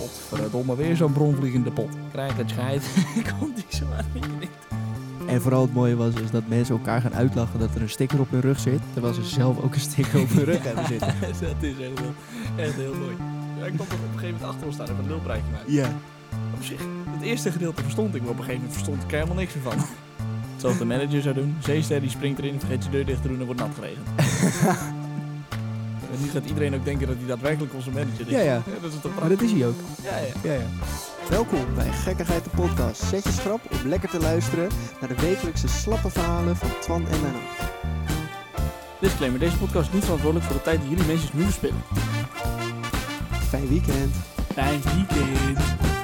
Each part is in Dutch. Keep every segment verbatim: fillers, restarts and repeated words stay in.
Godverdomme, weer zo'n bronvliegende pot. Krijg het scheid. Komt die zo aan je niet. En vooral het mooie was is dat mensen elkaar gaan uitlachen dat er een sticker op hun rug zit. Terwijl ze zelf ook een sticker op hun rug hebben zitten. Dat is echt, wel, echt heel mooi. Ja, ik kwam toch op een gegeven moment achter ons staan en een lulpraatje maken. Ja. Op zich, het eerste gedeelte verstond ik, maar op een gegeven moment verstond ik er helemaal niks meer van. Zoals de manager zou doen. Zeester die springt erin, vergeet je deur dicht te doen en wordt nat geregend. En nu gaat iedereen ook denken dat hij daadwerkelijk onze manager is. Ja, ja. Dat is toch Maar dat is hij ook. Ja, ja. Ja, ja. Welkom bij Gekkigheid de podcast. Zet je schrap om lekker te luisteren naar de wekelijkse slappe verhalen van Twan en Menno. Disclaimer, deze podcast is niet verantwoordelijk voor de tijd die jullie mensen nu verspillen. Fijn weekend. Fijn weekend.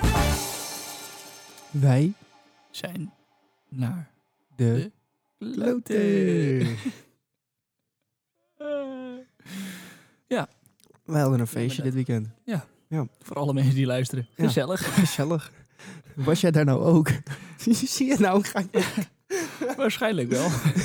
Wij Zijn naar de de kloten. Uh, ja, Wij hadden een feestje dit weekend. voor alle mensen die luisteren. Ja. Gezellig. Gezellig. Was jij daar nou ook? Zie je nou? Ga je... Waarschijnlijk wel.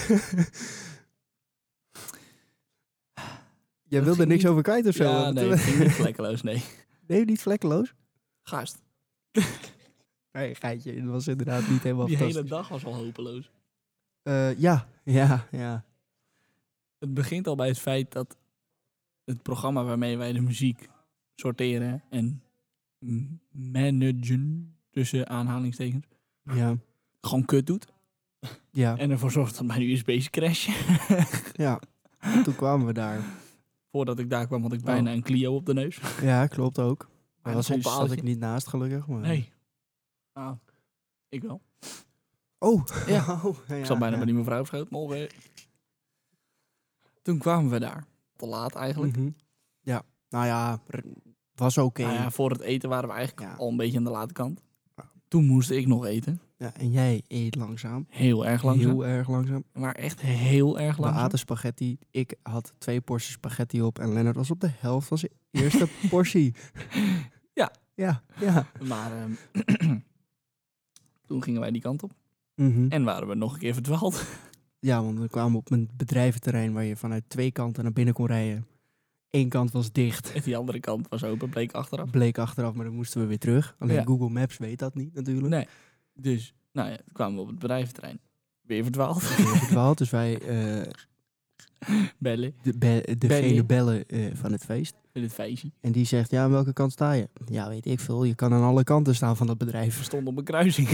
Jij wilde ging niks niet- over kwijt of zo? Ja, Want- nee, het ging niet vlekkeloos, nee. Nee, niet vlekkeloos? Gast, Nee, geitje. Het was inderdaad niet helemaal die hele fantastisch. dag was al hopeloos. Eh, ja, ja, ja. Het begint al bij het feit dat het programma waarmee wij de muziek sorteren en m- managen, tussen aanhalingstekens, Ja, gewoon kut doet. ja, En ervoor zorgt dat mijn U S B's crashen. ja. Toen kwamen we daar. Voordat ik daar kwam had ik bijna een Clio op de neus. Ja, klopt ook. Maar Maar dat was is zat paaltje. ik niet naast, gelukkig. Maar... Nee. Nou, ik wel. Oh, Ja. Oh, ja, Ik zat bijna ja. bij die mevrouw schoot, maar oké. Toen kwamen we daar. Te laat eigenlijk. Mhm. Ja, nou ja, r- was oké. Nou ja, voor het eten waren we eigenlijk Ja. al een beetje aan de late kant. Ja. Toen moest ik nog eten. Ja, en jij eet langzaam. Heel erg langzaam. Heel erg langzaam. Maar echt heel erg We langzaam. aten spaghetti. Ik had twee porties spaghetti op. En Lennart was op de helft van zijn eerste portie. Ja. Ja, ja. Maar ehm, toen gingen wij die kant op. Mhm. En waren we nog een keer verdwaald. Ja, want we kwamen op een bedrijventerrein waar je vanuit twee kanten naar binnen kon rijden. Eén kant was dicht. En die andere kant was open, bleek achteraf. Bleek achteraf, maar dan moesten we weer terug. Alleen Ja. Google Maps weet dat niet natuurlijk. Nee. Dus, nou ja, toen kwamen we op het bedrijventerrein. Weer verdwaald. We hebben verdwaald, dus wij eh, Bellen. de be- degene bellen eh, van het feest. In het feestje. En die zegt, ja, aan welke kant sta je? Ja, weet ik veel. Je kan aan alle kanten staan van dat bedrijf. We stonden op een kruising.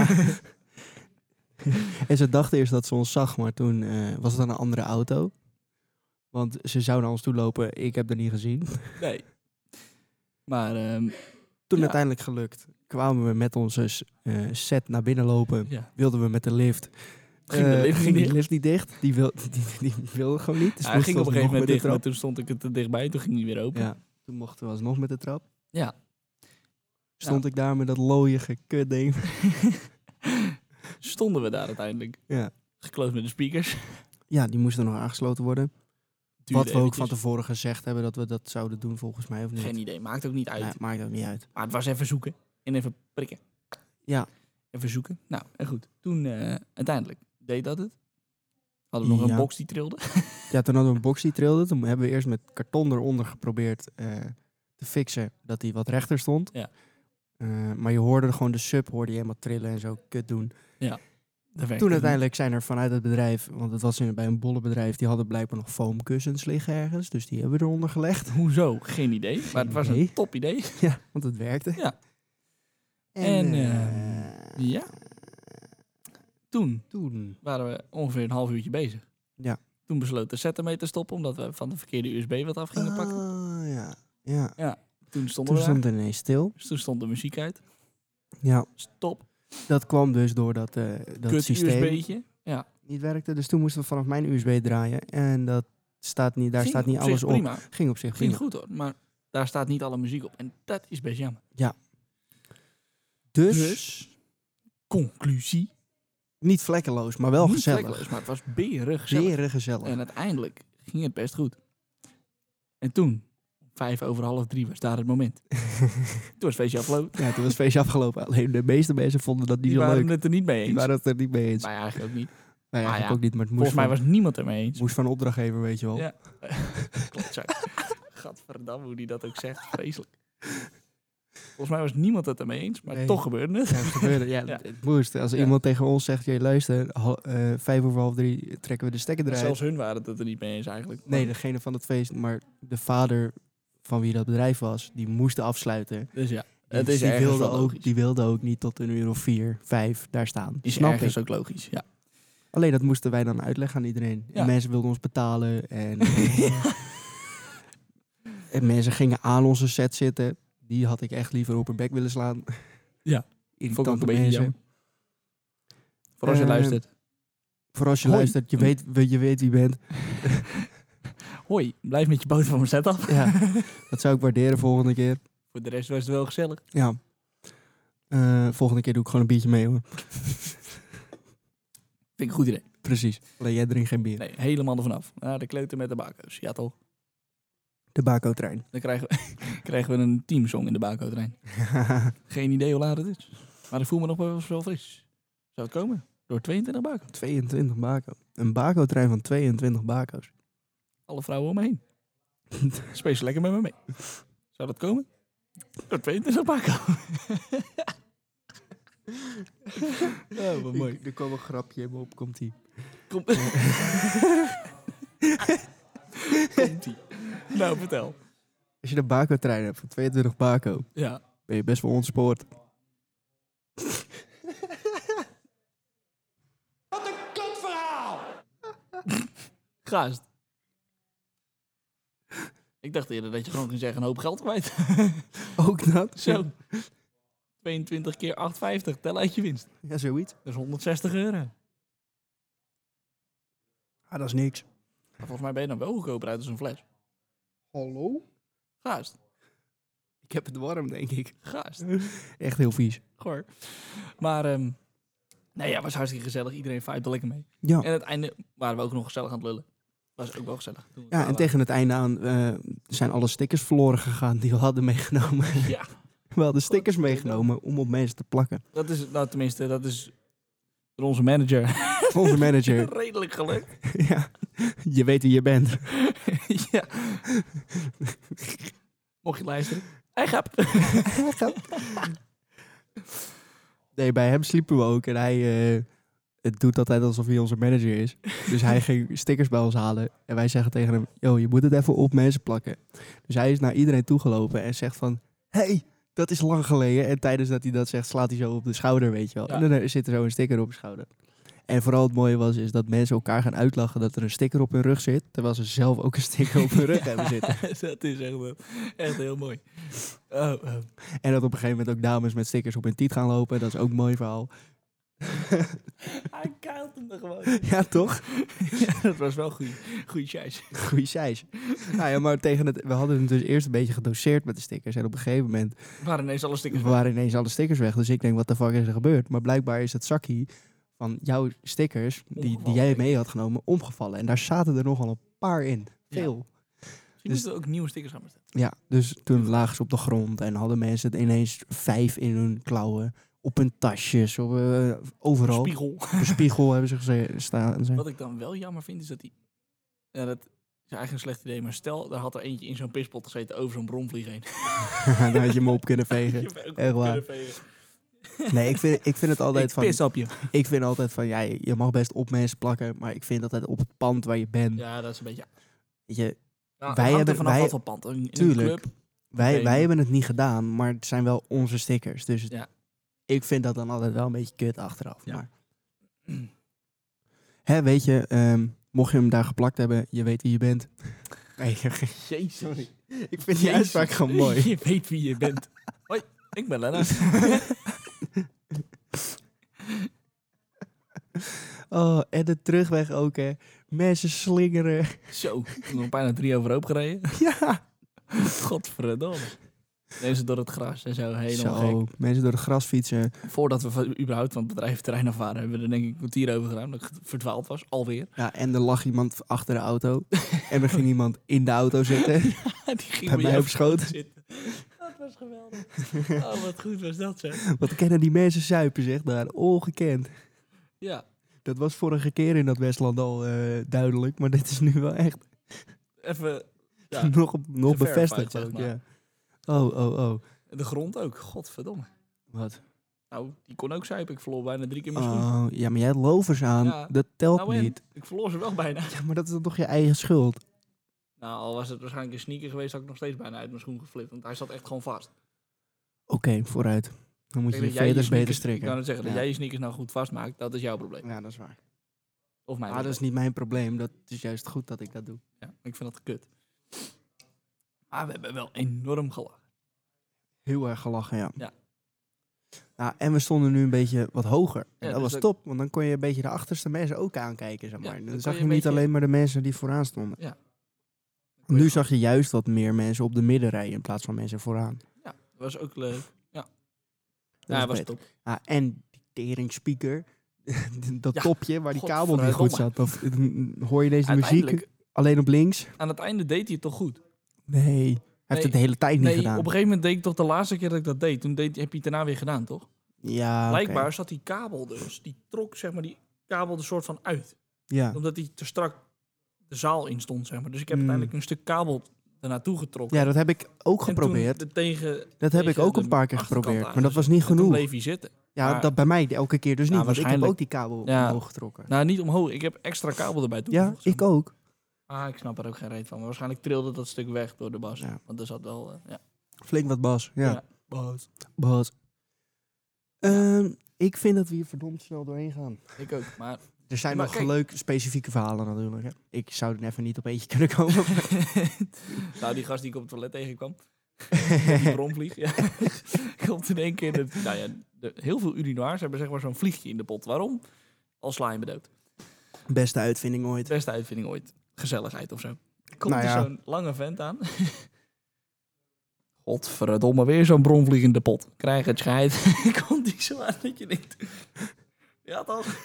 En ze dachten eerst dat ze ons zag, maar toen eh, was het een andere auto. Want ze zou naar ons toe lopen. Ik heb er niet gezien. Nee. Maar, ehm, Toen Ja. uiteindelijk gelukt. Kwamen we met onze eh, set naar binnen lopen. ja. Wilden we met de lift. Ging de Eh, lift ging niet die dicht? lift niet dicht. Die, wil, die, die wilde gewoon niet. Dus Hij ging op een moesten we gegeven moment alsnog met de dicht, maar trap. toen stond ik er te dichtbij. Toen ging hij weer open. Ja, toen mochten we alsnog met de trap. Ja. Stond ik daar met dat looiige kutding. Stonden we daar uiteindelijk. Ja. Gekloot met de speakers. Ja, die moesten nog aangesloten worden. Duurde Wat we ook van eventjes. tevoren gezegd hebben dat we dat zouden doen volgens mij, of niet? Geen idee, maakt ook niet uit. Nee, maakt ook niet uit. Maar het was even zoeken. En even prikken. Ja. Even zoeken. Nou, en goed. Toen eh, uiteindelijk deed dat het. Hadden we nog Ja. een box die trilde. Ja, toen hadden we een box die trilde. Toen hebben we eerst met karton eronder geprobeerd eh, te fixen dat die wat rechter stond. Ja. Eh, maar je hoorde gewoon de sub, hoorde je helemaal trillen en zo kut doen. Dat werkte Toen niet. uiteindelijk zijn er vanuit het bedrijf, want het was in, bij een bollenbedrijf, die hadden blijkbaar nog foamkussens liggen ergens. Dus die hebben we eronder gelegd. Hoezo? Geen idee. Maar het was idee. een top idee. Ja, want het werkte. Ja. En, En, eh, Ja. Toen toen. waren we ongeveer een half uurtje bezig. Ja. Toen besloot de set ermee te stoppen, omdat we van de verkeerde U S B wat af gingen pakken. Ah, ja. Ja. Toen stonden Toen we daar. stond het ineens stil. Dus toen stond de muziek uit. Ja, Stop. dat kwam dus doordat eh dat Kut systeem U S B'tje. Ja. niet werkte. Dus toen moesten we vanaf mijn U S B draaien. En dat staat niet, daar Ging staat niet op alles zich op. prima. Ging op zich Ging prima. goed hoor. Maar daar staat niet alle muziek op. En dat is best jammer. Dus, Dus, conclusie. niet vlekkeloos, maar wel Niet gezellig. vlekkeloos, maar het was berig gezellig. Zeer gezellig. En uiteindelijk ging het best goed. En toen, vijf over half drie, was daar het moment. Toen was het feestje afgelopen. Ja, toen was het feestje afgelopen. Alleen de meeste mensen vonden dat niet Die zo waren leuk. het er niet mee Die eens. waren het er niet mee eens. Wij eigenlijk ook niet. Wij Ah, eigenlijk ja. ook niet, maar het moest, Volgens mij van, was niemand er mee eens. moest van opdrachtgever, weet je wel. Ja. Klopt zo. Gadverdamme hoe die dat ook zegt. Vreselijk. Volgens mij was niemand het ermee eens, maar Nee. toch gebeurde het. Ja, het gebeurde. Ja, Ja. het moest. Als Ja. iemand tegen ons zegt, jij luister, hal- eh, vijf over half drie trekken we de stekker eruit. Zelfs hun waren het er niet mee eens eigenlijk. Nee, degene van het feest, maar de vader van wie dat bedrijf was, die moest afsluiten. Dus ja, Die, het is die, ergens wilde wel ook, logisch. die wilde ook niet tot een uur of vier, vijf daar staan. Is Snap ergens ik. ook logisch, ja. Alleen dat moesten wij dan uitleggen aan iedereen. Ja. En mensen wilden ons betalen. En, en mensen gingen aan onze set zitten. Die had ik echt liever op hun bek willen slaan. Ja, Irritante vond ik ook een beetje mensen. jammer. Voor als je Eh, luistert. Voor als je Hoi. luistert, je weet, wie- je weet wie je bent. Hoi, blijf met je boot van mijn set af. Ja, dat zou ik waarderen volgende keer. Voor de rest was het wel gezellig. Ja. Eh, volgende keer doe ik gewoon een biertje mee hoor. Vind ik een goed idee. Precies. Alleen jij drinkt geen bier. Nee, helemaal ervan af. Naar de kleuter met de bako's. Ja toch? De Baco-trein. Dan krijgen we, krijgen we een teamsong in de bako-trein. Geen idee hoe laat het is. Maar ik voel me nog wel wel fris. Zou het komen? Door tweeëntwintig bako. tweeëntwintig Baco. Een Baco-trein van tweeëntwintig Baco's. Alle vrouwen om me heen. Space lekker met me mee. Zou dat komen? Door tweeëntwintig bako. Oh, wat mooi. Er kwam een grapje in me op, komt ie. Kom. Komt-ie. Nou, vertel. Als je een Baco-trein hebt van tweeëntwintig Baco, Ja. ben je best wel ontspoord. Wat een kutverhaal! Gast. Ik dacht eerder dat je gewoon ging zeggen een hoop geld kwijt. Ook dat? Zo. tweeëntwintig keer acht vijftig. Tel uit je winst. Ja, zoiets. Dat is honderdzestig euro. Ah, dat is niks. Maar volgens mij ben je dan wel goedkoper uit als een fles. Hallo? Gast. Ik heb het warm, denk ik. Gast. Echt heel vies. Goor. Maar, ehm nee, ja, was hartstikke gezellig. Iedereen vibe er lekker mee. Ja. En aan het einde waren we ook nog gezellig aan het lullen. Was ook wel gezellig. Toen we Ja, klaar en waren. tegen het einde aan eh, zijn alle stickers verloren gegaan die we hadden meegenomen. Ja, We hadden stickers Godverdomme. meegenomen om op mensen te plakken. dat is, nou tenminste, dat is door onze manager Onze manager. redelijk gelukt. Ja, je weet wie je bent. Ja. Mocht je luisteren. Hij gaat. Nee, bij hem sliepen we ook en hij eh, het doet altijd alsof hij onze manager is. Dus hij ging stickers bij ons halen en wij zeggen tegen hem, yo, je moet het even op mensen plakken. Dus hij is naar iedereen toegelopen en zegt van, hey, dat is lang geleden. En tijdens dat hij dat zegt, slaat hij zo op de schouder, weet je wel. Ja. En dan zit er zo een sticker op de schouder. En vooral het mooie was, is dat mensen elkaar gaan uitlachen dat er een sticker op hun rug zit, terwijl ze zelf ook een sticker op hun rug hebben zitten. Dat is echt, wel- echt heel mooi. Oh, oh. En dat op een gegeven moment ook dames met stickers op hun tiet gaan lopen, dat is ook een mooi verhaal. Hij kuilt hem er gewoon. Ja, toch? Ja, dat was wel goed. Goeie chase. Goeie seis. Nou ja, maar tegen het, we hadden het dus eerst een beetje gedoseerd met de stickers. En op een gegeven moment Waren ineens alle stickers waren ineens alle stickers weg. Dus ik denk, wat de fuck is er gebeurd? Maar blijkbaar is het zakje van jouw stickers, die, die Omgevallen. jij mee had genomen, omgevallen. En daar zaten er nogal een paar in. Veel. Misschien moeten we ook nieuwe stickers gaan bestellen. Ja, dus toen lagen ze op de grond en hadden mensen het ineens vijf in hun klauwen. Op hun tasjes, op, eh, overal. Spiegel. Op een spiegel hebben ze geze- staan. Wat ik dan wel jammer vind, is dat die... Ja, dat is eigenlijk een slecht idee. Maar stel, daar had er eentje in zo'n pispot gezeten over zo'n bromvlieg heen. Dan had je hem op kunnen vegen. Je hebt ook Echt op waar. kunnen vegen. Nee, ik vind, ik vind het altijd Ik van... pis op je. Ik vind altijd van, ja, je mag best op mensen plakken, maar ik vind altijd op het pand waar je bent. Ja, dat is een beetje... Weet je, Ja, Wij wij hebben- hebben vanaf wij- wat voor pand. In, in Tuurlijk. een club. wij, Oké. wij hebben het niet gedaan, maar het zijn wel onze stickers. Dus het- Ja. ik vind dat dan altijd wel een beetje kut achteraf. Ja. Maar. Hè, weet je, ehm, mocht je hem daar geplakt hebben, je weet wie je bent. Nee, Jezus. sorry. Ik vind die uitspraak gewoon mooi. Je weet wie je bent. Hoi, ik ben Lennart. Oh, en de terugweg ook, hè. Mensen slingeren. Zo, ik heb nog bijna drie overhoop gereden. Ja. Godverdomme. Deze door het gras en zo, helemaal Zo, gek. mensen door de gras fietsen. Voordat we van- überhaupt van het bedrijventerrein af waren, hebben we er denk ik een kwartier over gedaan. Dat ik verdwaald was, alweer. Ja, en er lag iemand achter de auto. En er ging iemand in de auto zitten. Die ging Bij mij jou op schoot. zitten. Dat was geweldig. Oh, wat goed was dat, zeg. Wat kennen die mensen zuipen, zeg daar. Ongekend. Ja, Dat was vorige keer in dat Westland al eh, duidelijk. Maar dit is nu wel echt even... Ja, nog, nog Geverified, bevestigd zeg ook, maar. ja. Oh, oh, oh. De grond ook. Godverdomme. Wat? Nou, die kon ook zuipen. Ik verloor bijna drie keer mijn schoen. Oh, ja, maar jij had lovers aan. Ja. Dat telt Nou en? niet. Ik verloor ze wel bijna. Ja, maar dat is dan toch je eigen schuld? Nou, al was het waarschijnlijk een sneaker geweest, had ik nog steeds bijna uit mijn schoen geflipt. Want hij zat echt gewoon vast. Oké, okay, vooruit. Dan moet Kijk, je je dat jij je veters beter sneakers- strikken. Ik kan het zeggen, Ja. dat jij je sneakers nou goed vastmaakt, dat is jouw probleem. Ja, dat is waar. Of mijn Ah, dat is niet mijn probleem. Dat is juist goed dat ik dat doe. Ja, ik vind dat kut. Maar we hebben wel enorm gelachen. Heel erg gelachen, ja. Ja. Nou, en we stonden nu een beetje wat hoger. En Ja, dat dus was dat- top, want dan kon je een beetje de achterste mensen ook aankijken, zeg Ja, maar. dan dan kon zag je je een niet beetje- alleen maar de mensen die vooraan stonden. Ja. Nu zag je juist wat meer mensen op de middenrij in plaats van mensen vooraan. Ja, dat was ook leuk. Ja, Dat ja dat was beter. top. Ah, en die teringsspeaker, dat Ja, topje waar die kabel niet goed zat. Of, hoor je deze muziek Uiteindelijk, alleen op links? aan het einde deed hij het toch goed? Nee, hij heeft Nee, het de hele tijd niet Nee, gedaan. op een gegeven moment deed ik toch de laatste keer dat ik dat deed. Toen deed, heb je het daarna weer gedaan, toch? Ja, Blijkbaar oké. zat die kabel dus. Die trok zeg maar die kabel er soort van uit. Ja. Omdat hij te strak de zaal in stond, zeg maar. Dus ik heb Mm. uiteindelijk een stuk kabel ernaartoe getrokken. ja, dat heb ik ook En toen geprobeerd. de tegen, Dat heb ik tegen ook de een paar keer achterkant geprobeerd. aan. Maar dat was niet En toen genoeg. bleef hij zitten. Ja, Maar- dat bij mij elke keer dus Ja, niet. Want ik heb waarschijnlijk. ook die kabel Ja. omhoog getrokken. Nou, niet omhoog. Ik heb extra kabel erbij Ja, toegevoegd. zeg ik maar. ook. Ah, ik snap er ook geen reet van. Maar waarschijnlijk trilde dat stuk weg door de bas. Ja. Want er zat wel... eh, ja. Flink wat bas. Ja, Ja. Bas. bas. Ehm, ik vind dat we hier verdomd snel doorheen gaan. Ik ook. Maar Er zijn Ja, maar nog kijk. leuke specifieke verhalen natuurlijk. Hè. Ik zou er even niet op eentje kunnen komen. nou, die gast die ik op het toilet tegenkwam. Met die bromvlieg. Ja. Komt in één keer... De, nou ja, de, heel veel urinoirs hebben zeg maar zo'n vliegje in de pot. Waarom? Al sla je me dood. Beste uitvinding ooit. Beste uitvinding ooit. Gezelligheid of zo. Komt Nou er ja. zo'n lange vent aan. Godverdomme, weer zo'n bromvlieg in de pot. Krijg het scheid. Komt die zo aan dat je denkt... Ja toch?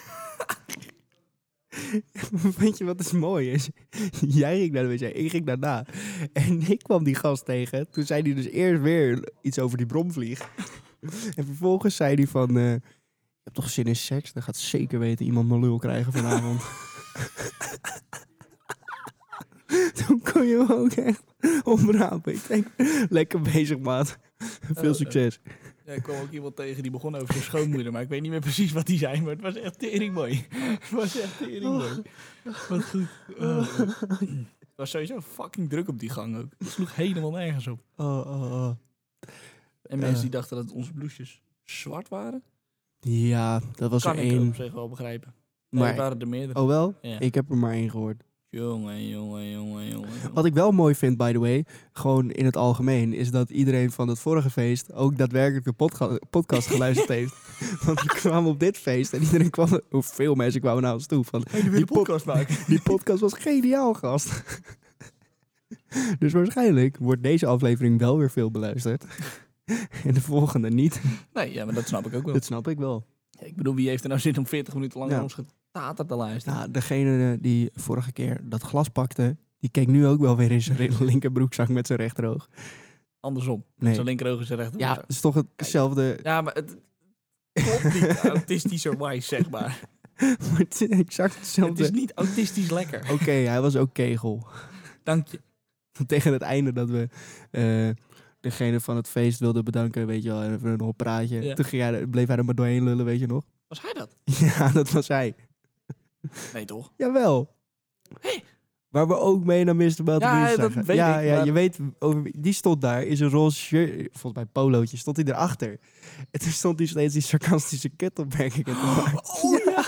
Weet je wat is mooi is? Jij ging naar de wc, ik ging daarna. En ik kwam die gast tegen. Toen zei hij dus eerst weer iets over die bromvlieg. En vervolgens zei hij van... eh, je hebt toch zin in seks? Dan gaat zeker weten iemand mijn lul krijgen vanavond. Toen kon je hem ook echt omrapen. Ik denk, lekker bezig maat. Veel Oh, succes. Ja, ik kwam ook iemand tegen die begon over zijn schoonmoeder. Maar ik weet niet meer precies wat die zei. Maar het was echt tering mooi. Het was echt tering mooi. Wat goed. Oh. Het was sowieso fucking druk op die gang ook. Het sloeg helemaal nergens op. Oh, oh, oh. En mensen Ja. die dachten dat onze blouses zwart waren. Ja, dat was Kan er ik één. op zich wel begrijpen. Nee, Maar, het waren er meerdere. oh wel? Ja. Ik heb er maar één gehoord. Jongen, jongen, jongen, jongen. Wat ik wel mooi vind, by the way, gewoon in het algemeen, is dat iedereen van het vorige feest ook daadwerkelijk de podca- podcast geluisterd heeft. Want we kwamen op dit feest en iedereen kwam, of veel mensen kwamen naar ons toe van, Hey, die die, pod- podcast maken. die podcast was geniaal, gast. Dus waarschijnlijk wordt deze aflevering wel weer veel beluisterd. En de volgende niet. Nee, ja, maar dat snap ik ook wel. Dat snap ik wel. Ja, ik bedoel, wie heeft er nou zin om veertig minuten lang Ja. naar ons getater te luisteren? Nou, degene die vorige keer dat glas pakte, die keek nu ook wel weer in zijn re- linkerbroekzak met zijn rechteroog. Andersom. Nee. Zijn linkeroog is zijn Ja, rechteroog. het is toch hetzelfde. Ja, maar het klopt niet autistischerwijs, zeg maar. Maar het is exact Het hetzelfde. is niet autistisch lekker. Oké, hij was ook kegel. Dank je. Tegen het einde dat we eh, degene van het feest wilden bedanken, weet je wel, en even nog een praatje. Ja. Toen ging hij, er- bleef hij er maar doorheen lullen, weet je nog? Was hij dat? Ja, dat was hij. Nee, toch? Jawel. Hey. Waar we ook mee naar mister Belt Ja, Music dat zagen. weet ja, ik, ja, maar- je weet, over, wie- die stond daar in zijn roze shirt, volgens mij polootje, stond hij erachter. En toen stond hij steeds die sarcastische kutopmerkingen te maken. Oh ja!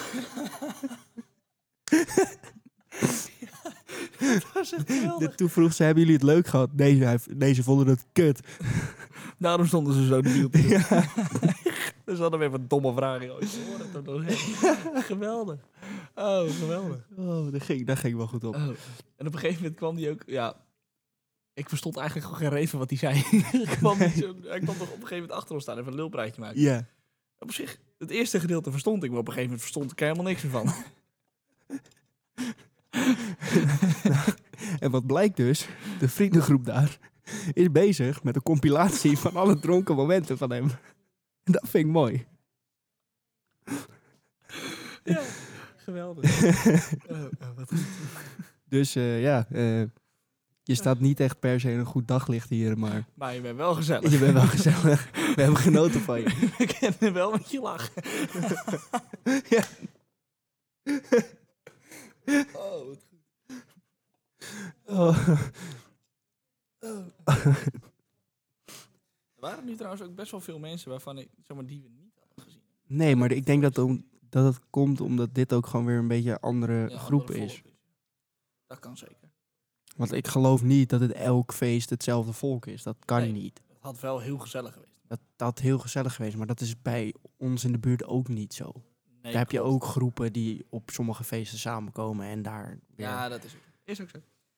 Dat was echt geweldig. De- Toen vroeg ze, hebben jullie het leuk gehad? Nee, zei hij, nee, ze vonden het kut. Daarom stonden ze zo de wiel te doen. Ja. Dus hadden we even domme vragen. joh. Ik hoor het ook nog eens. Geweldig. Oh, geweldig. Oh, dat ging, dat ging wel goed op. Oh. En op een gegeven moment kwam die ook... Ja, ik verstond eigenlijk gewoon geen reet van wat hij zei. hij, kwam niet zo, hij kwam toch op een gegeven moment achter ons staan en even een lulpraatje maken. Ja. Op zich, het eerste gedeelte verstond ik, maar op een gegeven moment verstond ik er helemaal niks meer van. En wat blijkt dus, de vriendengroep daar is bezig met een compilatie van alle dronken momenten van hem. En dat vind ik mooi. Ja, geweldig. Oh, oh, wat goed. Dus eh, ja, eh, Je staat niet echt per se in een goed daglicht hier, maar Maar je bent wel gezellig. je bent wel gezellig. We hebben genoten van je. We kennen wel met je lachen. Ja. Oh, wat goed. Oh. Er waren nu trouwens ook best wel veel mensen waarvan ik, zeg maar, die we niet hadden gezien. Nee, maar ik denk dat, om, dat het komt omdat dit ook gewoon weer een beetje een andere Ja, groep andere is. volk Dat kan zeker. Want ik geloof niet dat het elk feest hetzelfde volk is. Dat kan Nee. niet. Het had wel heel gezellig geweest. Dat had heel gezellig geweest, maar dat is bij ons in de buurt ook niet zo. Nee, Daar heb je klopt. ook groepen die op sommige feesten samenkomen en daar weer... Ja, dat is ook, is ook zo.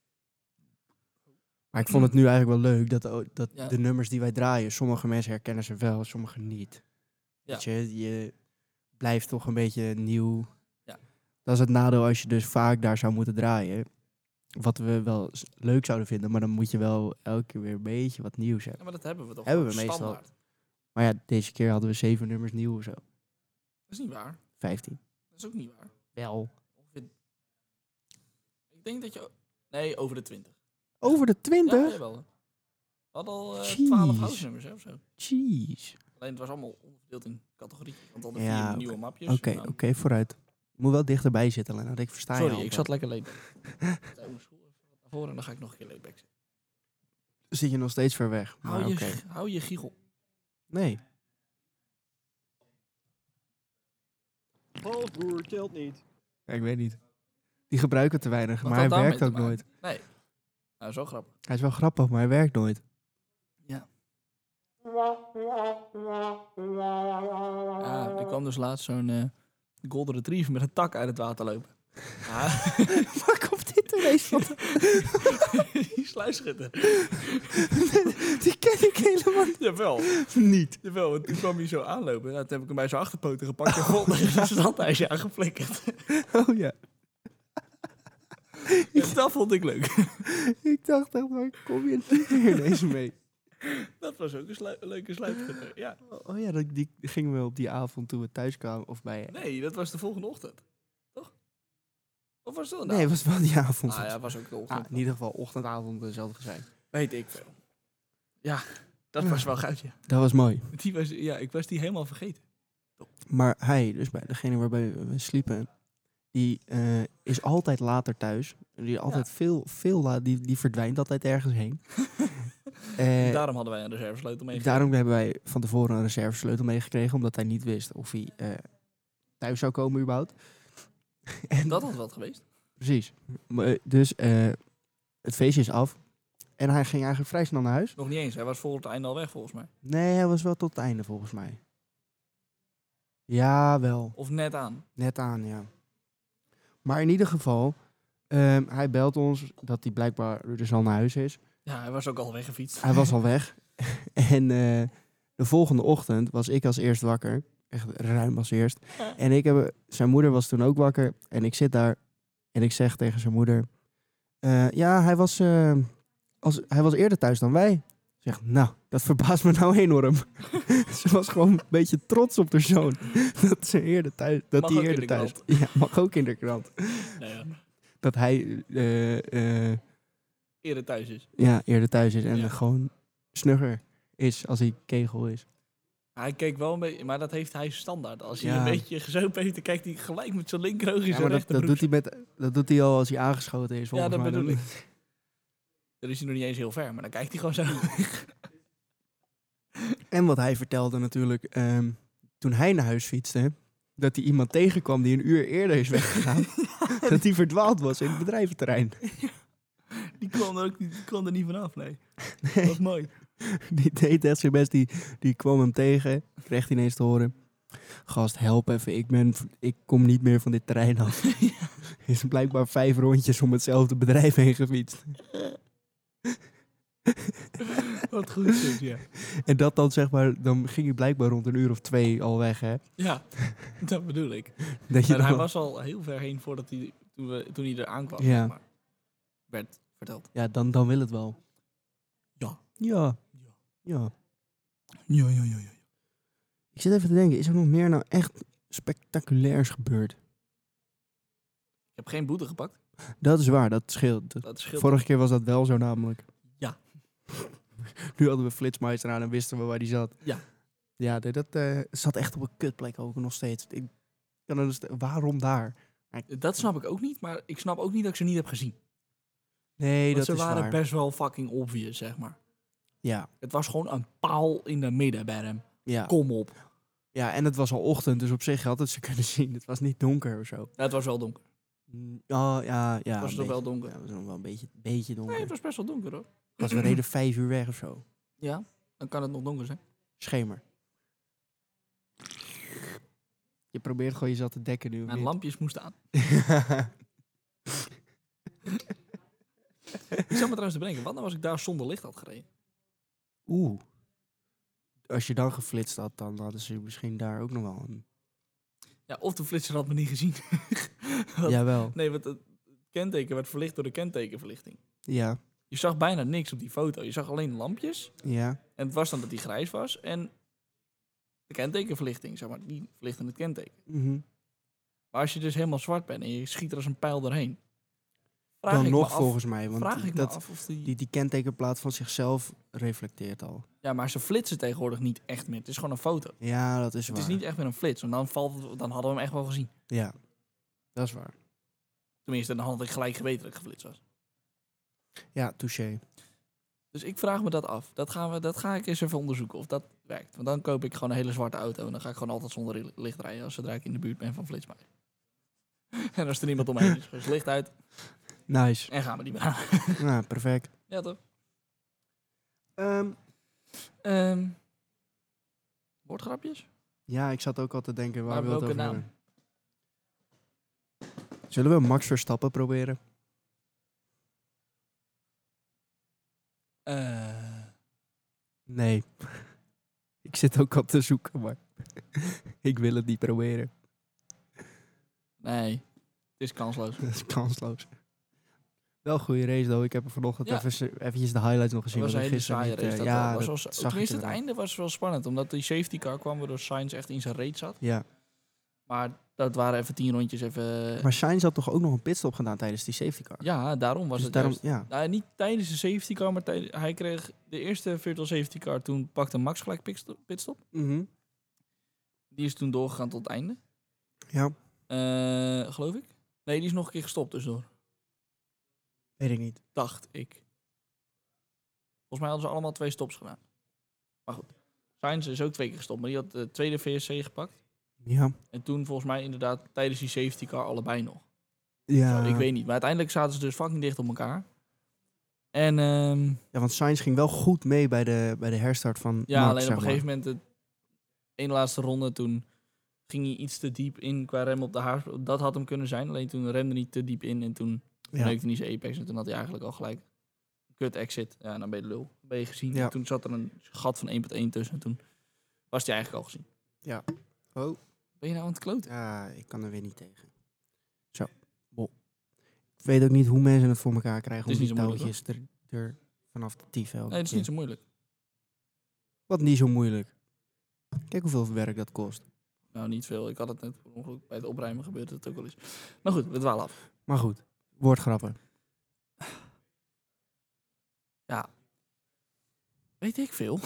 Maar ik vond het nu eigenlijk wel leuk dat, o- dat Ja. de nummers die wij draaien, sommige mensen herkennen ze wel, sommige niet. Ja. Weet je, je blijft toch een beetje nieuw. Ja. Dat is het nadeel als je dus vaak daar zou moeten draaien. Wat we wel s- leuk zouden vinden, maar dan moet je wel elke keer weer een beetje wat nieuws hebben. Ja, maar dat hebben we toch Hebben we gewoon meestal. standaard. Maar ja, deze keer hadden we zeven nummers nieuw of zo. Dat is niet waar. Vijftien. Dat is ook niet waar. Wel. Ongeveer- Ik denk dat je... Nee, over de twintig. Over de Ja, twintig? jawel. We hadden al eh, Jeez. twaalf house nummers hè, of zo. Jeez. Alleen het was allemaal onderverdeeld in categorieën. Want dan de Ja, vier oké. nieuwe mapjes. Oké, en dan- oké, vooruit. Moet wel dichterbij zitten, Lennart. Ik versta je Sorry, al. ik zat lekker leuk. Naar voren en dan ga ik nog een keer layback zitten. Zit je nog steeds ver weg? Maar Hou, oké. je, hou je giegel. Nee. Valsboer telt niet. Ja, ik weet niet. Die gebruiken te weinig, Wat maar hij had daarmee werkt te ook maken? nooit. Nee. Nou, zo grappig. Hij is wel grappig, maar hij werkt nooit. Ja. Ah, er kwam dus laatst zo'n eh, golden retriever met een tak uit het water lopen. Ah, Waar komt dit ineens van? die sluisschutter. Die ken ik helemaal Jawel. niet. Jawel, want toen kwam hij zo aanlopen. Nou, toen heb ik hem bij zijn achterpoten gepakt en vol tegen zijn standijsje aangeflikkerd. Oh ja. Dus dat vond ik leuk. Ik dacht echt, waar kom je niet meer deze mee? Dat was ook een slu- leuke sluitschutter. Ja. Oh ja, dat, die gingen we op die avond toen we thuis kwamen. Of bij... Nee, dat was de volgende ochtend. Toch? Of was het wel een Nee, het was wel die avond. Ah ja, het was ook de ochtend. Ah, in ieder geval ochtendavond dezelfde zijn. Weet ik veel. Ja, dat was wel goudje. Dat was mooi. Die was, ja, ik was die helemaal vergeten. Maar hij, dus bij degene waarbij we sliepen, die eh, is altijd later thuis. Die altijd Ja. veel, veel later, die, die verdwijnt altijd ergens heen. Eh, Daarom hadden wij een reservesleutel meegegeven. daarom hebben wij van tevoren een reservesleutel meegekregen, omdat hij niet wist of hij eh, thuis zou komen überhaupt. En Dat had wat geweest. precies. Maar, eh, dus eh, het feestje is af. En hij ging eigenlijk vrij snel naar huis. Nog niet eens. Hij was voor het einde al weg volgens mij. Nee, hij was wel tot het einde volgens mij. Ja, wel. Of net aan. Net aan, ja. Maar in ieder geval, ehm, hij belt ons dat hij blijkbaar dus al naar huis is. Ja, hij was ook al weggefietst. Hij was al weg. En eh, de volgende ochtend was ik als eerst wakker. Echt ruim als eerst. En ik heb, zijn moeder was toen ook wakker. En ik zit daar en ik zeg tegen zijn moeder... eh, ja, hij was, eh, als, hij was eerder thuis dan wij. Ik zeg, nou, dat verbaast me nou enorm. Ze was gewoon een beetje trots op haar zoon. Dat ze eerder thuis... Dat Mag hij ook in eerder de thuis... krant. Ja, mag ook in de krant. Nou ja, Dat hij eh, eh, eerder thuis is. ja, eerder thuis is en Ja. gewoon snugger is als hij kegel is. Hij keek wel een beetje, maar dat heeft hij standaard. Als hij Ja. een beetje gezopen heeft, dan kijkt hij gelijk met zijn linkeroog in Ja, zijn maar dat, dat, rechterbroek. doet hij met, dat doet hij al als hij aangeschoten is. Ja, volgens dat mij. bedoel Dan- ik. Dan is hij nog niet eens heel ver, maar dan kijkt hij gewoon zo. En wat hij vertelde natuurlijk, ehm, toen hij naar huis fietste, dat hij iemand tegenkwam die een uur eerder is weggegaan. Dat hij verdwaald was in het bedrijventerrein. Die kwam er ook niet, die kwam er niet vanaf, nee. Dat was mooi. Die deed echt zijn best, die, die kwam hem tegen, kreeg hij ineens te horen. Gast, help even, ik, ben, ik kom niet meer van dit terrein af. Is blijkbaar vijf rondjes om hetzelfde bedrijf heen gefietst. Wat goed zeg, ja. En dat dan zeg maar, dan ging hij blijkbaar rond een uur of twee al weg, hè? Ja, dat bedoel ik. Dat je En hij dan- was al heel ver heen voordat hij, toen, we, toen hij er aankwam. Ja. zeg maar. Werd verteld. Ja, dan, dan wil het wel. Ja. Ja. Ja. Ja. Ja, ja, ja, ja. Ik zit even te denken, is er nog meer nou echt spectaculairs gebeurd? Ik heb geen boete gepakt. Dat is waar, dat scheelt. Dat- Dat scheelt. Vorige keer was dat wel zo namelijk. Ja. Nu hadden we Flitsmeister aan en wisten we waar die zat. Ja. Ja, nee, dat eh, zat echt op een kutplek ook nog steeds. Ik kan er dus, waarom daar? Dat snap ik ook niet, maar ik snap ook niet dat ik ze niet heb gezien. Nee, Want dat ze is waren waar. best wel fucking obvious, zeg maar. Ja, Het was gewoon een paal in de midden bij hem. ja. Kom op. ja, en het was al ochtend, dus op zich had het ze kunnen zien. Het was niet donker of zo. Ja, het was wel donker. Mm, Oh, ja, ja. Het was een toch wel beetje. donker? Ja, het was nog wel een beetje, beetje donker. Nee, het was best wel donker hoor. Als we reden vijf uur weg of zo. Ja, dan kan het nog donker zijn. Schemer. Je probeert gewoon jezelf te dekken nu. of Mijn niet? lampjes moesten aan. Ik zat me trouwens te bedenken, wat nou als ik daar zonder licht had gereden? Oeh. Als je dan geflitst had, dan hadden ze misschien daar ook nog wel een... Ja, of de flitser had me niet gezien. Want- Jawel. Nee, want het kenteken werd verlicht door de kentekenverlichting. Ja. Je zag bijna niks op die foto. Je zag alleen lampjes. Ja. En het was dan dat die grijs was. En de kentekenverlichting, zeg maar, die verlichtte het kenteken. Mhm. Maar als je dus helemaal zwart bent en je schiet er als een pijl doorheen. Vraag Dan ik nog me af, volgens mij. Want vraag ik dat, me af of die... die, die kentekenplaat van zichzelf reflecteert al. Ja, maar ze flitsen tegenwoordig niet echt meer. Het is gewoon een foto. Ja, dat is Het waar. is niet echt meer een flits. Want dan, valt het, dan hadden we hem echt wel gezien. Ja, dat is waar. Tenminste, dan had ik gelijk geweten dat ik geflitst was. Ja, touché. Dus ik vraag me dat af. Dat, gaan we, dat ga ik eens even onderzoeken of dat werkt. Want dan koop ik gewoon een hele zwarte auto. En dan ga ik gewoon altijd zonder ri- licht rijden. Als zodra ik in de buurt ben van Flitsmeister. En als er niemand omheen is, dus licht uit Nice. en gaan we niet meer aan. Nou, perfect. Ja, toch? Ehm, Ehm woordgrapjes? ja, ik zat ook al te denken, waar Maar wil het welke over naam? hebben? Zullen we Max Verstappen proberen? Eh Nee. Ik zit ook al te zoeken, maar ik wil het niet proberen. nee, het is kansloos. Dat is kansloos. Wel een goede race, though. Ik heb er vanochtend Ja. even, eventjes de highlights nog Het gezien. was een want hele gisteren saaie niet, race. eh, Dat ja, was dat wel, zag ik tenminste, het inderdaad. einde was wel spannend. Omdat die safety car kwam waardoor Sainz echt in zijn reet zat. Ja. Maar dat waren even tien rondjes even... Maar Sainz had toch ook nog een pitstop gedaan tijdens die safety car? Ja, daarom was Dus het daarom, juist. ja. Nou, niet tijdens de safety car, maar tijdens, hij kreeg de eerste virtual safety car. Toen pakte Max gelijk pitstop. pitstop. Mhm. Die is toen doorgegaan tot het einde. Ja, Eh, geloof ik. Nee, die is nog een keer gestopt tussendoor. weet ik niet. Dacht ik. Volgens mij hadden ze allemaal twee stops gedaan. Maar goed. Sainz is ook twee keer gestopt, maar die had de tweede V S C gepakt. Ja. En toen volgens mij inderdaad tijdens die safety car allebei nog. Ja. Zo, ik weet niet. Maar uiteindelijk zaten ze dus fucking dicht op elkaar. En ehm, Ja, want Sainz ging wel goed mee bij de, bij de herstart van ja, Max, alleen op zeg een maar. gegeven moment, de ene laatste ronde, toen ging hij iets te diep in qua rem op de haar. Dat had hem kunnen zijn. Alleen toen remde hij te diep in en toen Ja. neukte hij zijn apex. En toen had hij eigenlijk al gelijk een kut exit. Ja, en dan ben je de lul. Ben je gezien. Ja. En toen zat er een gat van één komma één tussen. En toen was hij eigenlijk al gezien. Oh. Ben je nou aan het kloten? Ja, ik kan er weer niet tegen. Zo. Bol. Ik weet ook niet hoe mensen het voor elkaar krijgen Het om is die niet zo moeilijk, touwtjes er, er vanaf te tieven. elke Nee, het is keer. niet zo moeilijk. Wat niet zo moeilijk. Kijk hoeveel werk dat kost. Nou, niet veel. Ik had het net per ongeluk bij het opruimen gebeurd dat het ook wel is. Maar goed, we dwalen af. Maar goed, woordgrappen. Ja. Weet ik veel.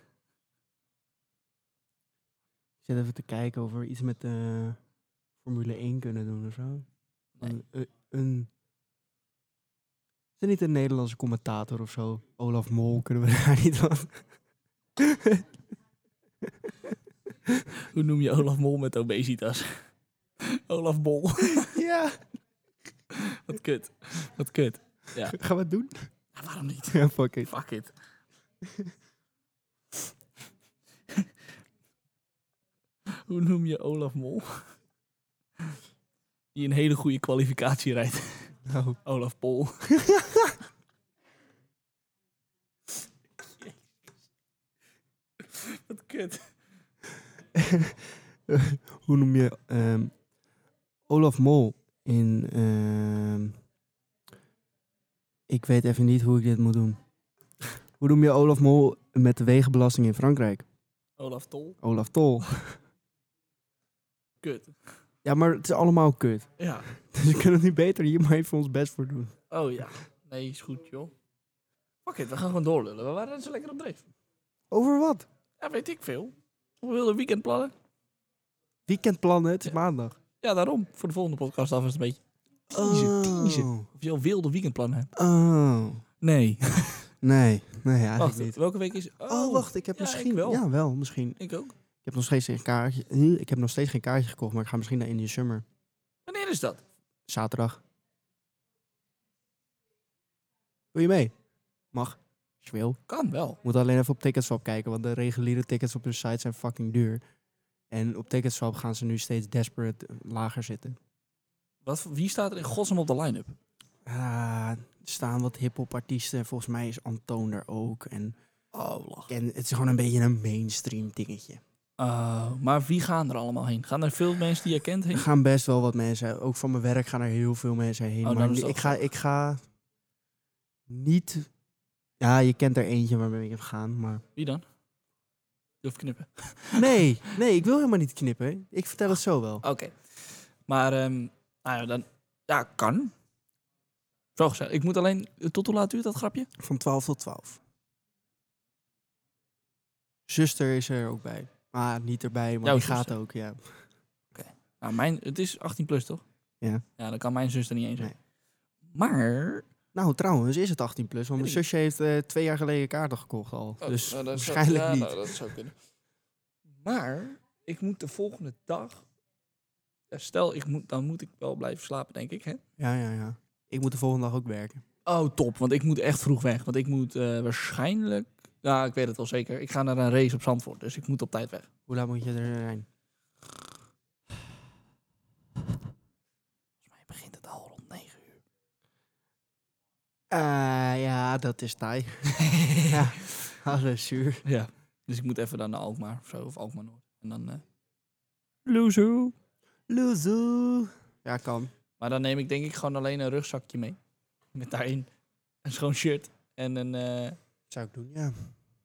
Ik zit even te kijken of we iets met de Formule één kunnen doen of zo. Nee. Een, een, een- Is er niet een Nederlandse commentator of zo? Olaf Mol, kunnen we daar niet wat? Hoe noem je Olaf Mol met obesitas? Olaf Bol. Ja. Wat kut. Wat kut. Ja. Gaan we het doen? Ja, waarom niet? Ja, fuck it. Fuck it. Hoe noem je Olaf Mol? Die een hele goede kwalificatie rijdt. Nou. Olaf Pol. Wat kut. Hoe noem je ehm, Olaf Mol in... ehm, ik weet even niet hoe ik dit moet doen. Hoe noem je Olaf Mol met de wegenbelasting in Frankrijk? Olaf Tol. Olaf Tol. Kut. Ja, maar het is allemaal kut. Ja. Dus we kunnen nu beter hier maar even ons best voor doen. Oh ja. Nee, is goed, joh. Fuck it, we gaan gewoon doorlullen. We waren net zo lekker op dreef. Over wat? Ja, weet ik veel. We wilden weekendplannen. Weekendplannen, het is Ja. maandag. Ja, daarom. Voor de volgende podcast alvast een beetje teasen, teasen. Of je al wilde weekendplannen hebt. Oh. Nee. Nee, nee, eigenlijk Wacht, niet. welke week is... Oh, Oh, wacht, ik heb ja, misschien... ik wel. Ja, wel, misschien. Ik ook. Ik heb nog steeds geen kaartje. Hm, Ik heb nog steeds geen kaartje gekocht, maar ik ga misschien naar Indian Summer. Wanneer is dat? Zaterdag. Wil je mee? Mag. Als je wil. Kan wel. Moet alleen even op Ticketswap kijken, want de reguliere tickets op hun site zijn fucking duur. En op Ticketswap gaan ze nu steeds desperate eh, lager zitten. Wat, wie staat er in godsnaam op de line-up? Ah, er staan wat hip-hop artiesten. Volgens mij is Antoon er ook. En, Oh, lach. en het is gewoon een beetje een mainstream dingetje. Uh, maar wie gaan er allemaal heen? Gaan er veel mensen die je kent heen? Er gaan best wel wat mensen. Ook van mijn werk gaan er heel veel mensen heen. Oh, maar dan is dat ik, ga, ik ga niet... Ja, je kent er eentje waarmee ik heb gaan, maar... Wie dan? Je hoeft knippen. Nee, nee, ik wil helemaal niet knippen. Ik vertel het zo wel. Oké. Maar, ehm nou ja, dan... Ja, kan. Zo gezegd. Ik moet alleen... Tot hoe laat duurt dat grapje? Van twaalf tot twaalf. Zuster is er ook bij. Maar niet erbij, maar Jouw die gaat zuster? ook, ja. Nou, mijn... Het is achttien plus, toch? Ja. Ja, dan kan mijn zus er niet eens zijn. Nee. Maar... Nou, trouwens is het achttien plus, want mijn Weet ik. zusje heeft eh, twee jaar geleden kaarten gekocht al. Oh, dus nou, dat zou- waarschijnlijk ja, niet. nou, dat zou kunnen. Maar ik moet de volgende dag... ja, stel, ik moet, dan moet ik wel blijven slapen, denk ik, hè? Ja, ja, ja. Ik moet de volgende dag ook werken. Oh, top. Want ik moet echt vroeg weg. Want ik moet eh, waarschijnlijk... Ja, ik weet het al zeker. Ik ga naar een race op Zandvoort. Dus ik moet op tijd weg. Hoe laat moet je er zijn? Volgens mij begint het al rond negen uur. Uh, ja, dat is taai. Ja, alles zuur. Ja. Dus ik moet even dan naar Alkmaar of zo. Of Alkmaar Noord. En dan... Uh... Loezoe. Loezoe. Ja, kan. Maar dan neem ik denk ik gewoon alleen een rugzakje mee. Met daarin een schoon shirt. En een... eh, Zou ik doen, ja.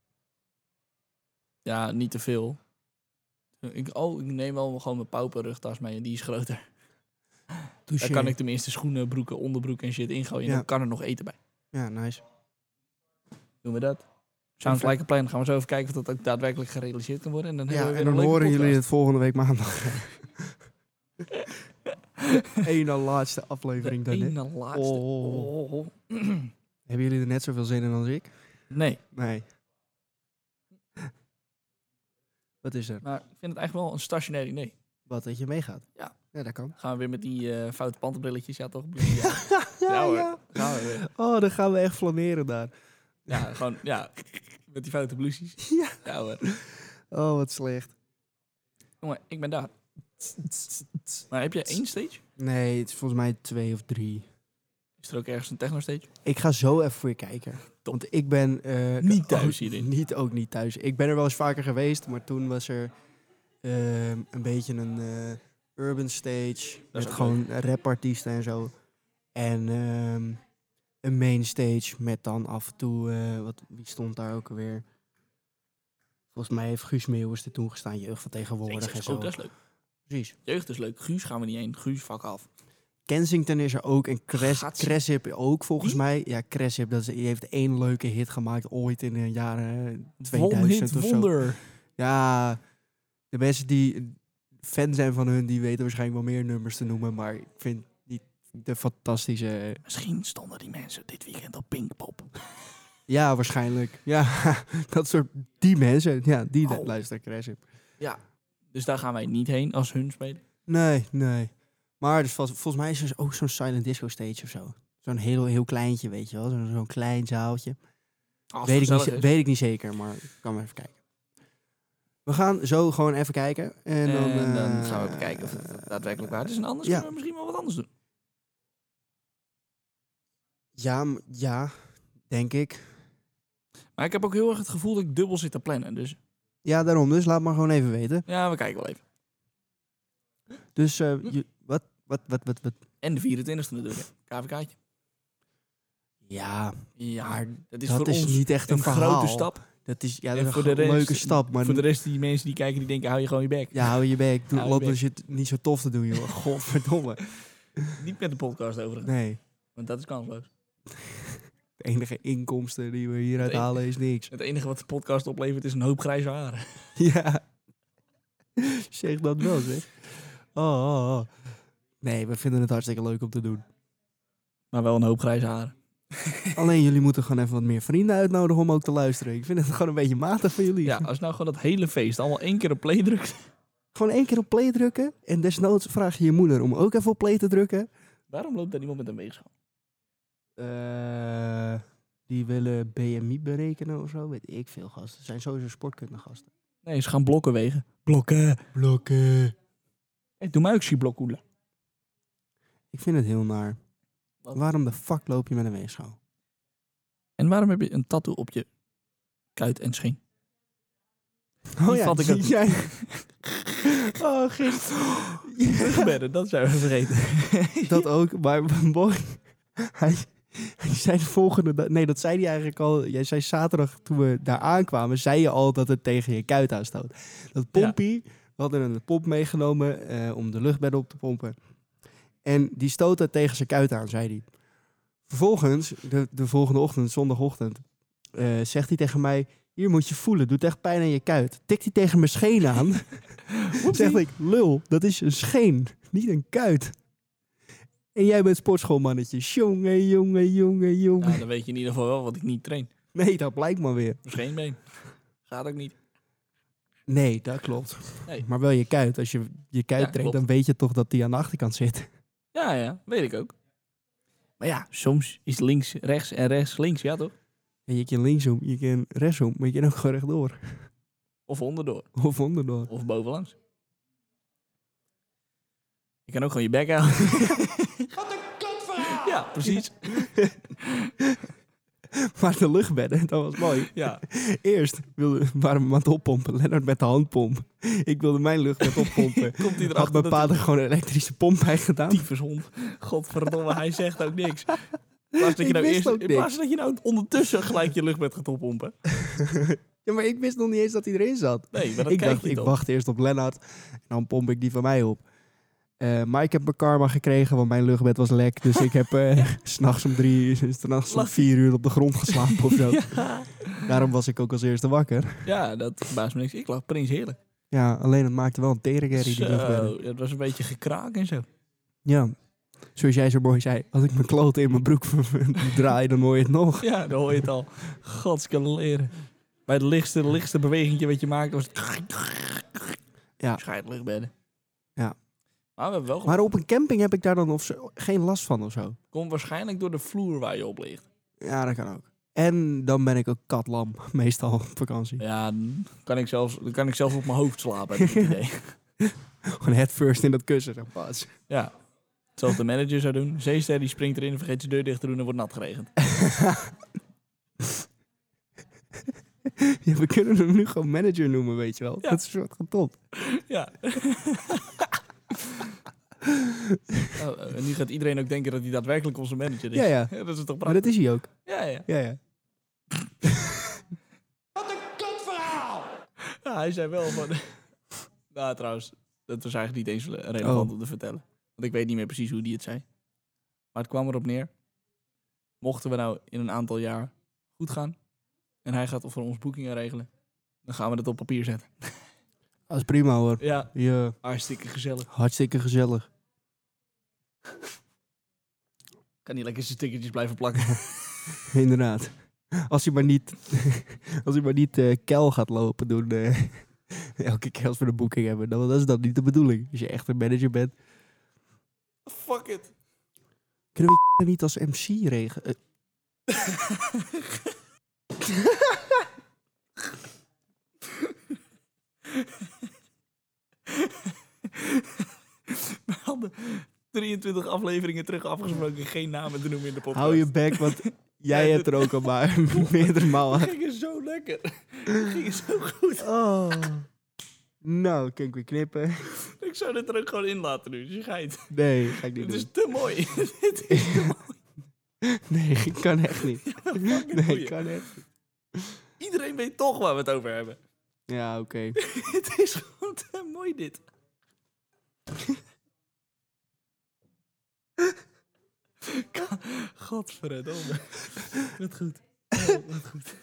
ja, niet te veel. Ik, oh, ik neem wel gewoon mijn pauperrugtas mee. En die is groter. Daar kan ik tenminste schoenen, broeken, onderbroeken en shit ingooien. En Ja. dan kan er nog eten bij. Ja, nice. Doen we dat? Sounds like a plan. Gaan we zo even kijken of dat ook daadwerkelijk gerealiseerd kan worden. En dan Ja, hebben we en weer dan een leuke horen jullie podcast. het volgende week maandag. Eén na laatste aflevering De dan, hè? ene laatste. Oh. Oh, oh. Hebben jullie er net zoveel zin in als ik? Nee, Nee. Wat is er? maar ik vind het eigenlijk wel een stationair idee. Wat, dat je meegaat? Ja. Ja, dat kan. Gaan we weer met die eh, foute pantenbrilletjes. Ja, toch? Ja, ja, hoor. ja. Gaan we weer. Oh, dan gaan we echt flaneren daar. Ja, gewoon, ja. Met die foute blouses. Ja. Ja hoor. Oh, wat slecht. Jongen, ik ben daar. Maar heb je één stage? Nee, het is volgens mij twee of drie. Is er ook ergens een techno stage? Ik ga zo even voor je kijken. Want ik ben... eh, Niet thuis ook, hierin. Niet, ook niet thuis. Ik ben er wel eens vaker geweest, maar toen was er ehm, een beetje een eh, urban stage. Met ook gewoon rapartiesten en zo. En ehm, een main stage met dan af en toe... eh, wat, wie stond daar ook alweer? Volgens mij heeft Guus Meeuwis er toen gestaan. Jeugdvertegenwoordiger en zo. Oh, dat is leuk. Precies. Jeugd is leuk. Guus gaan we niet heen. Guus, fuck af. Kensington is er ook en Cres, Gaat ze- Cressip ook volgens Wie? mij. Ja, Cressip, dat is, die heeft één leuke hit gemaakt ooit in de jaren One tweeduizend hit of zo. wonder. Ja, de mensen die fan zijn van hun, die weten waarschijnlijk wel meer nummers te noemen. Maar ik vind die de fantastische... Misschien stonden die mensen dit weekend op Pinkpop. Ja, waarschijnlijk. Ja, dat soort... Die mensen, ja, die Oh. luisteren Cressip. Ja. Dus daar gaan wij niet heen als hun spelen. Nee, nee. Maar dus, vol- volgens mij is er ook zo'n silent disco stage of zo. Zo'n heel, heel kleintje, weet je wel. Zo'n zo'n klein zaaltje. Als Weet ik, niet, gezellig ze- is. weet ik niet zeker, maar ik kan maar even kijken. We gaan zo gewoon even kijken. En, En dan, dan, eh, gaan we even kijken of het daadwerkelijk waar is. En anders ja. kunnen we misschien wel wat anders doen. Ja, m- ja, denk ik. Maar ik heb ook heel erg het gevoel dat ik dubbel zit te plannen. Dus Ja, daarom. Dus laat maar gewoon even weten. ja, we kijken wel even. Dus, eh, je, wat, wat, wat, wat, wat? En de vierentwintigste natuurlijk. K V K'tje. Ja, Ja, maar dat is dat voor is ons niet echt een een verhaal. grote stap. Dat is, ja, dat En is voor een de rest- leuke stap. Maar Voor de rest die mensen die kijken, die denken, hou je gewoon je bek. ja, hou je bek. Doe, Hou je loop bek. dus het niet zo tof te doen, joh. Godverdomme. Niet met de podcast overigens, Nee. want dat is kansloos. De enige inkomsten die we hieruit Het en- halen is niks. Het enige wat de podcast oplevert is een hoop grijze haren. Ja. Zeg dat wel, zeg. Oh, oh, oh. Nee, we vinden het hartstikke leuk om te doen. Maar wel een hoop grijze haren. Alleen jullie moeten gewoon even wat meer vrienden uitnodigen om ook te luisteren. Ik vind het gewoon een beetje matig van jullie. Ja, als nou gewoon dat hele feest allemaal één keer op play drukt. Gewoon één keer op play drukken. En desnoods vraag je je moeder om ook even op play te drukken. Waarom loopt daar niemand met een weegschaal? Eh, die willen B M I berekenen of zo. Weet ik veel gasten. Het zijn sowieso sportkundige gasten. Nee, ze gaan blokken wegen. Blokken. Blokken. Hey, doe mij ook schiblokkoelen. Ik vind het heel naar. Wat? Waarom de fuck loop je met een weegschaal? En waarom heb je een tattoo op je kuit en scheen? Oh Die ja, vat ik ook. jij. Oh, gisteren. Ruggebedden, dat zijn we vergeten. Dat ook, maar mooi. Hij, hij zei de volgende dag... Nee, dat zei hij eigenlijk al. Jij zei zaterdag toen we daar aankwamen... zei je al dat het tegen je kuit aanstoot. Dat pompie... We hadden een pomp meegenomen eh, om de luchtbedden op te pompen. En die stootte tegen zijn kuit aan, zei hij. Vervolgens, de, de volgende ochtend, zondagochtend... eh, zegt hij tegen mij... Hier moet je voelen, doet echt pijn aan je kuit. Tikt hij tegen mijn scheen aan. Zeg ik, lul, dat is een scheen, niet een kuit. En jij bent sportschoolmannetje. Jongen, jongen, jongen, jongen. Nou, dan weet je in ieder geval wel wat ik niet train. Nee, dat blijkt maar weer. Mijn scheenbeen. Gaat ook niet. Nee, dat klopt. Nee. Maar wel je kuit. Als je je kuit Ja, traint, klopt. dan weet je toch dat die aan de achterkant zit. Ja, ja, weet ik ook. Maar ja, soms is links rechts en rechts links, ja toch? En je kan linksom, je kan rechtsom, maar je kan ook gewoon rechtdoor. Of onderdoor. Of onderdoor. Of bovenlangs. Je kan ook gewoon je bek houden. Wat een kutverhaal! Ja, precies. Maar de luchtbedden, dat was mooi. Ja. Eerst wilde, waren we aan het oppompen. Lennart met de handpomp. Ik wilde mijn luchtbed oppompen. Komt hij Had erachter mijn dat pa er gewoon een elektrische pomp bij gedaan. tyfushond. Godverdomme, hij zegt ook niks. In plaats dat je Ik nou wist eerst, ook in plaats niks. dat je nou ondertussen gelijk je luchtbed gaat oppompen. Ja, maar ik wist nog niet eens dat hij erin zat. Nee, maar dat Ik kijk dacht, je ik toch. wacht eerst op Lennart. En dan pomp ik die van mij op. Eh, maar ik heb mijn karma gekregen, want mijn luchtbed was lek. Dus ik heb eh, 's s'nachts om drie, 's nachts om Lag- vier uur op de grond geslapen of zo. Ja. Daarom was ik ook als eerste wakker. Ja, dat verbaast me niks. Ik lag prins heerlijk. Ja, alleen het maakte wel een teringherrie, die luchtbedden. Zo, het was een beetje gekraak en zo. Ja, zoals jij zo mooi zei, als ik mijn kloten in mijn broek draai, dan hoor je het nog. Ja, dan hoor je het al. Godskaleren. Bij de lichtste, de lichtste beweging wat je maakt, was het... Ja. Scheidluchtbedden. Ja. Maar we hebben wel Maar op een camping heb ik daar dan of zo, geen last van of zo. Komt waarschijnlijk door de vloer waar je op ligt. Ja, dat kan ook. En dan ben ik ook katlam, meestal op vakantie. Ja, dan kan ik zelfs, dan kan ik zelfs op mijn hoofd slapen, heb ik het idee. Gewoon head first in dat kussen. Zo, pas. Ja. Zoals de manager zou doen. Zeester die springt erin en vergeet zijn deur dicht te doen en wordt nat geregend. Ja, we kunnen hem nu gewoon manager noemen, weet je wel. Ja. Dat is een soort getop. Ja. Oh, en nu gaat iedereen ook denken dat hij daadwerkelijk onze manager is. Ja, ja. Dat is toch Maar prachtig? dat is hij ook. Ja, ja. Ja, ja. Wat een kutverhaal! Ja, hij zei wel van... Nou, trouwens, dat was eigenlijk niet eens relevant Oh. om te vertellen. Want ik weet niet meer precies hoe die het zei. Maar het kwam erop neer. Mochten we nou in een aantal jaar goed gaan... en hij gaat voor ons boekingen regelen... dan gaan we dat op papier zetten. Dat is prima hoor. Ja, Ja, hartstikke gezellig. hartstikke gezellig. Kan niet lekker zijn stickertjes blijven plakken. Inderdaad. Als hij maar niet, als hij maar niet eh kel gaat lopen doen... eh, elke keer als we de boeking hebben. Dan, dat is dan niet de bedoeling. Als je echt een manager bent... Fuck it. Kunnen we niet als M C regelen? We hadden drieëntwintig afleveringen terug afgesproken geen namen te noemen in de podcast. Hou je bek, want jij Ja, hebt er dat- ook al maar meerdere malen. We gingen zo lekker. We gingen zo goed. Oh. Nou, kan ik weer knippen? Ik zou dit er ook gewoon in laten nu. Dus je geit. Nee, ga ik niet Het doen. is te mooi. Dit is te mooi. Nee, ik kan echt niet. Fucking Nee, goeie. ik kan echt niet. Iedereen iedereen weet toch waar we het over hebben. Ja, oké. Het is gewoon te mooi dit. Godverdomme. Wat goed. Oh, wat goed.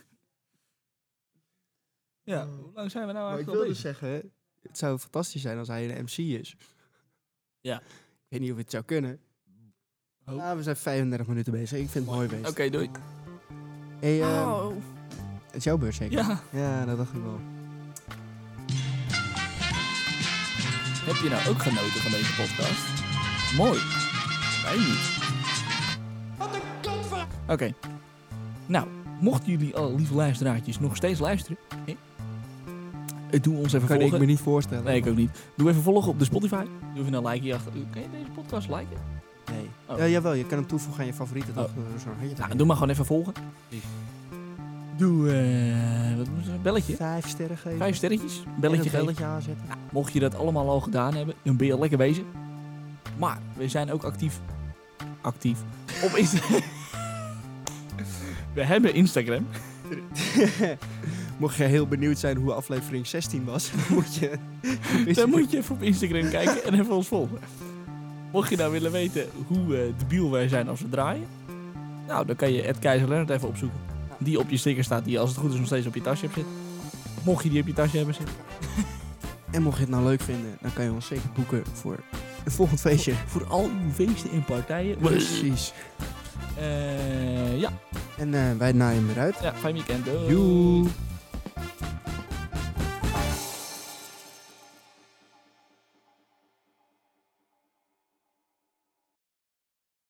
Ja, hoe lang zijn we nou Maar ik eigenlijk al wilde bezig? zeggen, het zou fantastisch zijn als hij een M C is. Ja. Ik weet niet of het zou kunnen. Oh. Ah, we zijn vijfendertig minuten bezig. Ik vind het mooi bezig. Oké, doei. Hey, ehm, Oh. het is jouw beurt zeker? Ja. Ja, dat dacht ik wel. Heb je nou ook genoten van deze podcast? Mooi. Wij niet. Wat een kutverhaal. Oké. Nou, mochten jullie al, lieve luisteraartjes, nog steeds luisteren... Hè? eh, Doe ons even Kan ik volgen. me niet voorstellen. Nee, ik ook niet. Doe even volgen op de Spotify. Doe even een like achter. Kan je deze podcast liken? Nee. Oh. Ja, jawel, je kan hem toevoegen aan je favorieten. Oh. Toch? Zo, had je Nou, doe maar gewoon even volgen. Doe, eh wat moet een belletje? Vijf sterren geven. Vijf sterretjes. En een Belletje geven. belletje aanzetten. Nou, mocht je dat allemaal al gedaan hebben, dan ben je lekker bezig. Maar we zijn ook actief. Actief. Op Instagram. We hebben Instagram. Mocht je heel benieuwd zijn hoe aflevering zestien was, dan moet je... Dan moet je even op Instagram kijken en even ons volgen. Mocht je nou willen weten hoe uh, debiel wij zijn als we draaien, nou, dan kan je Ed Keizer Leonard even opzoeken. Die op je sticker staat, die als het goed is nog steeds op je tasje hebt zitten. Mocht je die op je tasje hebben zitten. En mocht je het nou leuk vinden, dan kan je ons zeker boeken voor het volgend feestje. Voor al uw feesten en partijen. Precies. Uh, ja. En uh, wij naaien hem eruit. Ja, fijn weekend. Doei. Joe.